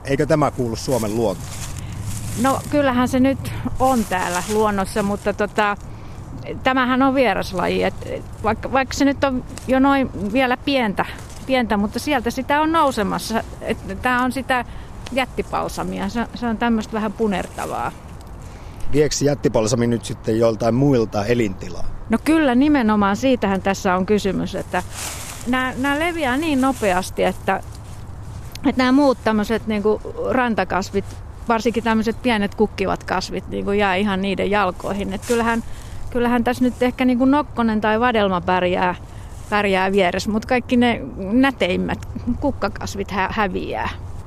Eikö tämä kuulu Suomen luontoon? No kyllähän se nyt on täällä luonnossa, mutta tämähän on vieraslaji. Vaikka se nyt on jo noin vielä pientä, mutta sieltä sitä on nousemassa. Tämä on sitä jättipalsamia. Se on tämmöistä vähän punertavaa. Viekö jättipalsami nyt sitten joltain muilta elintilaa? No kyllä, nimenomaan siitähän tässä on kysymys, että nämä leviää niin nopeasti, että nämä muut tämmöiset niin kuin rantakasvit, varsinkin tämmöiset pienet kukkivat kasvit, niin kuin jää ihan niiden jalkoihin. Että kyllähän tässä nyt ehkä niin kuin nokkonen tai vadelma pärjää vieressä, mutta kaikki ne näteimmät kukkakasvit häviää.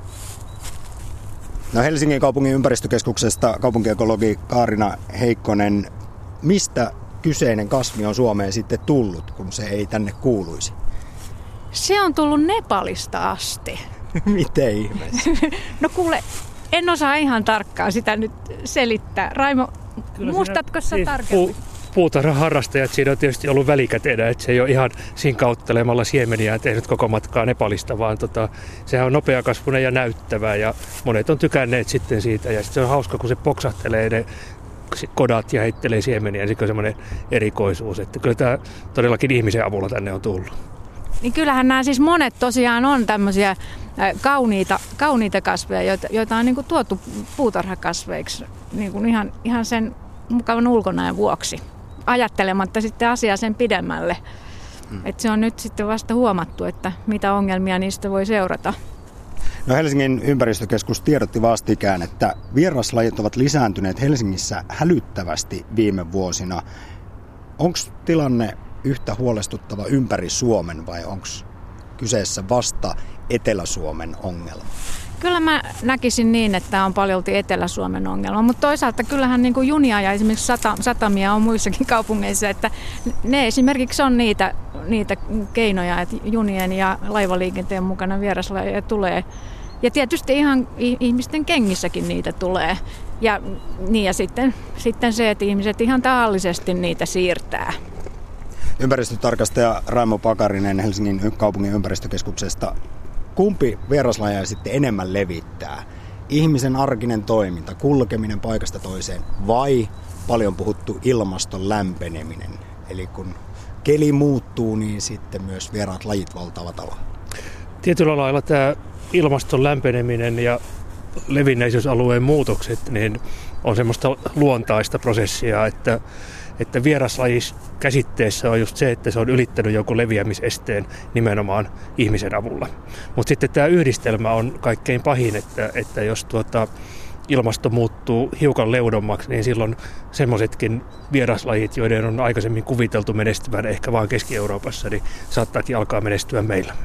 No Helsingin kaupungin ympäristökeskuksesta kaupunkiekologi Kaarina Heikkonen, mistä kyseinen kasvi on Suomeen sitten tullut, kun se ei tänne kuuluisi? Se on tullut Nepalista asti. Miten ihmeessä? No kuule, en osaa ihan tarkkaan sitä nyt selittää. Raimo, muistatko sä tarkemmin? Puutarhaharrastajat siinä on tietysti ollut välikätenä, että se ei ole ihan sinkauttelemalla siemeniä tehnyt koko matkaa Nepalista, vaan sehän on nopeakasvuinen ja näyttävä ja monet on tykänneet sitten siitä ja sitten se on hauska, kun se poksahtelee ne kodat ja heittelee siemeniä ja se on semmoinen erikoisuus, että kyllä tämä todellakin ihmisen avulla tänne on tullut. Niin kyllähän nämä siis monet tosiaan on tämmöisiä kauniita kasveja, joita on niin kuin tuotu puutarhakasveiksi niin kuin ihan sen mukavan ulkonäön vuoksi, ajattelematta sitten asiaa sen pidemmälle. Että se on nyt sitten vasta huomattu, että mitä ongelmia niistä voi seurata. No Helsingin ympäristökeskus tiedotti vastikään, että vieraslajit ovat lisääntyneet Helsingissä hälyttävästi viime vuosina. Onko tilanne yhtä huolestuttava ympäri Suomen vai onko kyseessä vasta Etelä-Suomen ongelma? Kyllä mä näkisin niin, että tämä on paljolti Etelä-Suomen ongelma, mutta toisaalta kyllähän niin kuin junia ja esimerkiksi satamia on muissakin kaupungeissa, että ne esimerkiksi on niitä keinoja, että junien ja laivaliikenteen mukana vieraslajeja tulee. Ja tietysti ihan ihmisten kengissäkin niitä tulee. Ja sitten se, että ihmiset ihan tahallisesti niitä siirtää. Ympäristötarkastaja Raimo Pakarinen Helsingin kaupungin ympäristökeskuksesta. Kumpi vieraslajeja sitten enemmän levittää? Ihmisen arkinen toiminta, kulkeminen paikasta toiseen vai paljon puhuttu ilmaston lämpeneminen? Eli kun keli muuttuu, niin sitten myös vieraat lajit valtaavat alaa. Tietyllä lailla tämä ilmaston lämpeneminen ja levinneisyysalueen muutokset niin on semmoista luontaista prosessia, että vieraslajis käsitteessä on just se, että se on ylittänyt jonkun leviämisesteen nimenomaan ihmisen avulla. Mutta sitten tämä yhdistelmä on kaikkein pahin, että jos ilmasto muuttuu hiukan leudommaksi, niin silloin semmoisetkin vieraslajit, joiden on aikaisemmin kuviteltu menestyvän ehkä vain Keski-Euroopassa, niin saattaakin alkaa menestyä meillä.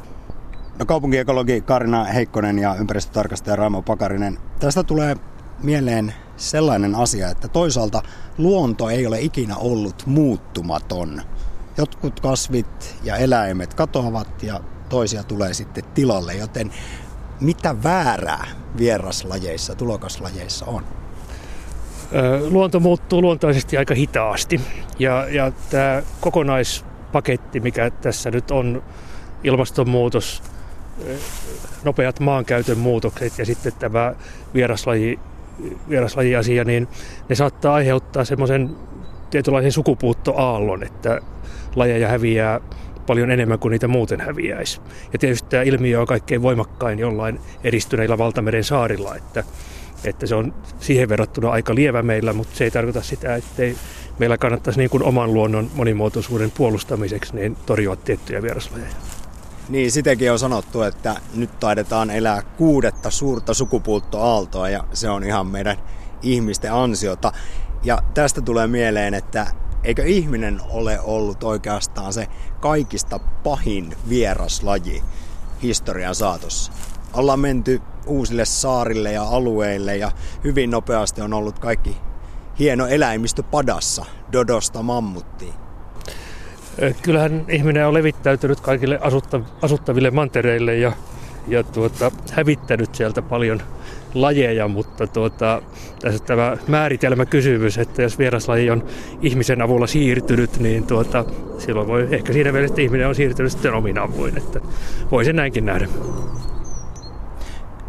No kaupunkiekologi Kaarina Heikkonen ja ympäristötarkastaja Raimo Pakarinen. Tästä tulee mieleen sellainen asia, että toisaalta luonto ei ole ikinä ollut muuttumaton. Jotkut kasvit ja eläimet katoavat ja toisia tulee sitten tilalle, joten mitä väärää vieraslajeissa, tulokaslajeissa on? Luonto muuttuu luontaisesti aika hitaasti ja tämä kokonaispaketti, mikä tässä nyt on, ilmastonmuutos, nopeat maankäytön muutokset ja sitten tämä vieraslajiasia, niin ne saattaa aiheuttaa semmoisen tietynlaisen sukupuuttoaallon, että lajeja häviää paljon enemmän kuin niitä muuten häviäisi. Ja tietysti tämä ilmiö on kaikkein voimakkain jollain edistyneillä valtameren saarilla, että se on siihen verrattuna aika lievä meillä, mutta se ei tarkoita sitä, ettei meillä kannattaisi niin kuin oman luonnon monimuotoisuuden puolustamiseksi niin torjua tiettyjä vieraslajeja. Niin, sitäkin on sanottu, että nyt taidetaan elää 6. suurta sukupuuttoaaltoa ja se on ihan meidän ihmisten ansiota. Ja tästä tulee mieleen, että eikö ihminen ole ollut oikeastaan se kaikista pahin vieraslaji historian saatossa? Ollaan menty uusille saarille ja alueille ja hyvin nopeasti on ollut kaikki hieno eläimistö padassa, dodosta mammuttiin. Kyllähän ihminen on levittäytynyt kaikille asuttaville mantereille ja hävittänyt sieltä paljon lajeja, mutta tässä tämä määritelmäkysymys, että jos vieraslaji on ihmisen avulla siirtynyt, niin silloin voi ehkä siinä mielessä, että ihminen on siirtynyt sitten omin avuin, että voi sen näinkin nähdä.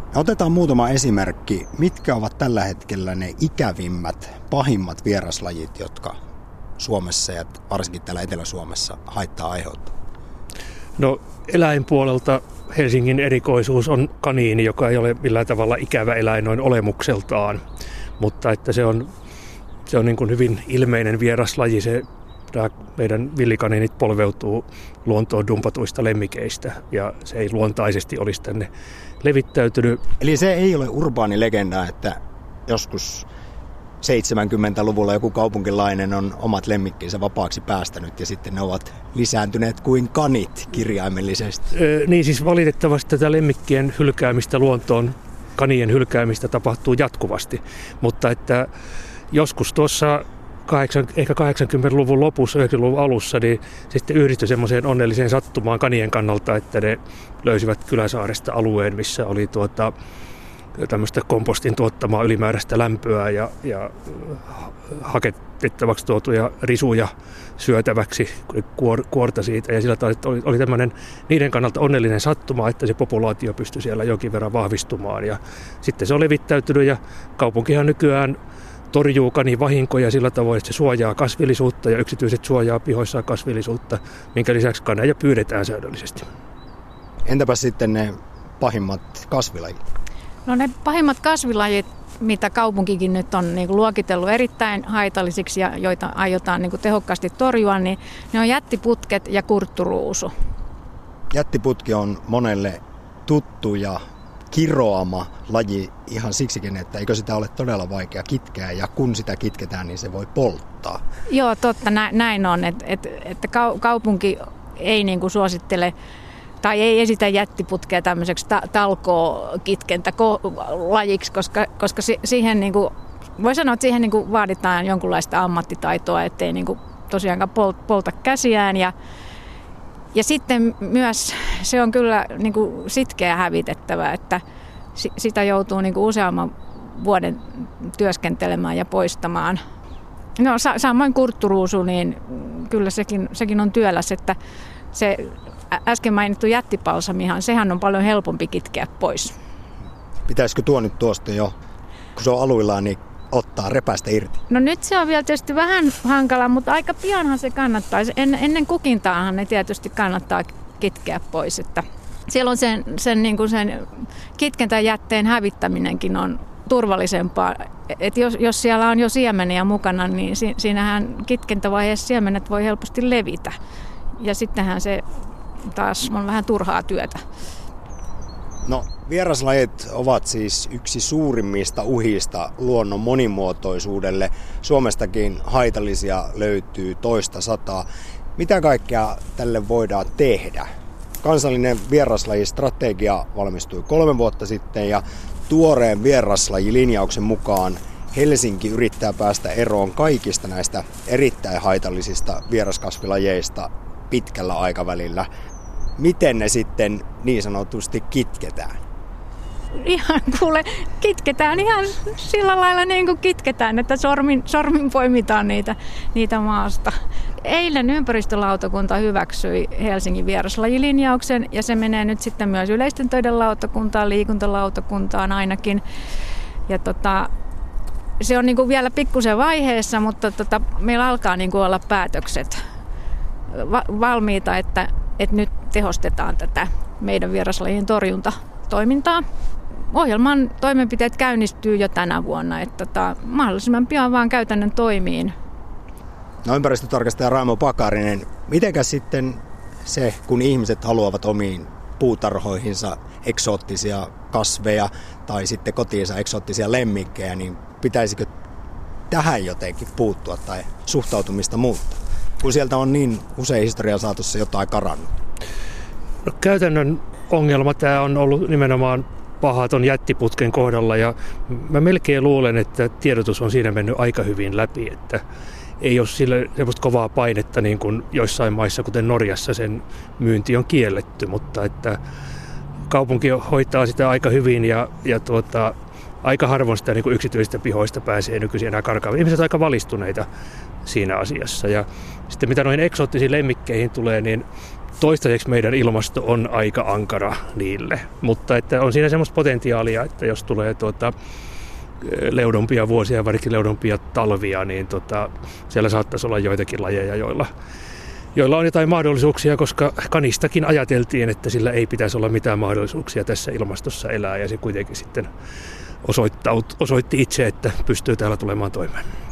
Otetaan muutama esimerkki. Mitkä ovat tällä hetkellä ne ikävimmät, pahimmat vieraslajit, jotka Suomessa ja varsinkin täällä Etelä-Suomessa haittaa aiheuttaa? No eläinpuolelta Helsingin erikoisuus on kaniini, joka ei ole millään tavalla ikävä eläin noin olemukseltaan, mutta että se on niin kuin hyvin ilmeinen vieraslaji. Nämä meidän villikaniinit polveutuu luontoon dumpatuista lemmikeistä ja se ei luontaisesti olisi tänne levittäytynyt. Eli se ei ole urbaani legenda, että joskus 70-luvulla joku kaupunkilainen on omat lemmikkinsä vapaaksi päästänyt ja sitten ne ovat lisääntyneet kuin kanit kirjaimellisesti. Niin siis valitettavasti tätä lemmikkien hylkäämistä luontoon, kanien hylkäämistä tapahtuu jatkuvasti, mutta että joskus tuossa ehkä 80-luvun lopussa, 90-luvun alussa, niin sitten yhdistyi semmoiseen onnelliseen sattumaan kanien kannalta, että ne löysivät Kyläsaaresta alueen, missä oli tämmöistä kompostin tuottamaa ylimääräistä lämpöä ja haketettavaksi tuotuja risuja syötäväksi, kuorta siitä. Ja sillä tavalla oli tämmöinen niiden kannalta onnellinen sattuma, että se populaatio pystyi siellä jonkin verran vahvistumaan. Ja sitten se on levittäytynyt ja kaupunkihan nykyään torjuu kanivahinkoja sillä tavoin, että se suojaa kasvillisuutta ja yksityiset suojaa pihoissaan kasvillisuutta, minkä lisäksi kaneja pyydetään säännöllisesti. Entäpä sitten ne pahimmat kasvilajit? No ne pahimmat kasvilajit, mitä kaupunkikin nyt on niin kuin luokitellut erittäin haitallisiksi ja joita aiotaan niin kuin tehokkaasti torjua, niin ne on jättiputket ja kurtturuusu. Jättiputki on monelle tuttu ja kiroama laji ihan siksikin, että eikö sitä ole todella vaikea kitkeä ja kun sitä kitketään, niin se voi polttaa. Joo, totta, näin on, että kaupunki ei niin kuin suosittele tai ei esitä jättiputkea tämmöiseksi talkoo-kitkentä-lajiksi, koska siihen niin kuin, voi sanoa, että siihen niin kuin vaaditaan jonkunlaista ammattitaitoa, ettei niin kuin tosiaankaan polta käsiään. Ja sitten myös se on kyllä niin kuin sitkeä hävitettävä, että sitä joutuu niin kuin useamman vuoden työskentelemään ja poistamaan. No samoin kurtturuusu, niin kyllä sekin on työläs, että se äsken mainittu jättipalsamihan, sehän on paljon helpompi kitkeä pois. Pitäisikö tuo nyt tuosta jo, kun se on aluillaan, niin ottaa repäistä irti? No nyt se on vielä tietysti vähän hankala, mutta aika pianhan se kannattaa. Ennen kukintaahan ne tietysti kannattaa kitkeä pois. Että siellä on sen kitkentäjätteen hävittäminenkin on turvallisempaa. Et jos siellä on jo siemeniä mukana, niin siinähän kitkentävaiheessa siemenet voi helposti levitä. Ja sittenhän se taas on vähän turhaa työtä. No, vieraslajit ovat siis yksi suurimmista uhista luonnon monimuotoisuudelle. Suomestakin haitallisia löytyy toista sataa. Mitä kaikkea tälle voidaan tehdä? Kansallinen vieraslajistrategia valmistui 3 vuotta sitten ja tuoreen vieraslajilinjauksen mukaan Helsinki yrittää päästä eroon kaikista näistä erittäin haitallisista vieraskasvilajeista pitkällä aikavälillä. Miten ne sitten niin sanotusti kitketään? Kitketään ihan sillä lailla niin kuin kitketään, että sormin poimitaan niitä maasta. Eilen ympäristölautakunta hyväksyi Helsingin vieraslajilinjauksen ja se menee nyt sitten myös yleisten töiden lautakuntaan, liikuntalautakuntaan ainakin. Ja se on niin kuin vielä pikkusen vaiheessa, mutta meillä alkaa niin kuin olla päätökset valmiita, että nyt tehostetaan tätä meidän vieraslajien torjuntatoimintaa. Ohjelman toimenpiteet käynnistyy jo tänä vuonna, että mahdollisimman pian vaan käytännön toimiin. No, ympäristötarkastaja Raimo Pakarinen, mitenkäs sitten se, kun ihmiset haluavat omiin puutarhoihinsa eksoottisia kasveja tai sitten kotiinsa eksoottisia lemmikkejä, niin pitäisikö tähän jotenkin puuttua tai suhtautumista muuttaa? Kun sieltä on niin usein historian saatossa jotain karannut. No, käytännön ongelma tämä on ollut nimenomaan paha ton jättiputken kohdalla ja mä melkein luulen, että tiedotus on siinä mennyt aika hyvin läpi, että ei ole sille semmoista kovaa painetta niin kuin joissain maissa, kuten Norjassa sen myynti on kielletty, mutta että kaupunki hoitaa sitä aika hyvin ja aika harvoin sitä niin kuin yksityisistä pihoista pääsee nykyisin enää karkaamaan. Ihmiset ovat aika valistuneita siinä asiassa. Ja sitten mitä noihin eksoottisiin lemmikkeihin tulee, niin toistaiseksi meidän ilmasto on aika ankara niille, mutta että on siinä semmoista potentiaalia, että jos tulee leudompia vuosia, varsinkin leudompia talvia, niin siellä saattaisi olla joitakin lajeja, joilla on jotain mahdollisuuksia, koska kanistakin ajateltiin, että sillä ei pitäisi olla mitään mahdollisuuksia tässä ilmastossa elää, ja se kuitenkin sitten osoitti itse, että pystyy täällä tulemaan toimeen.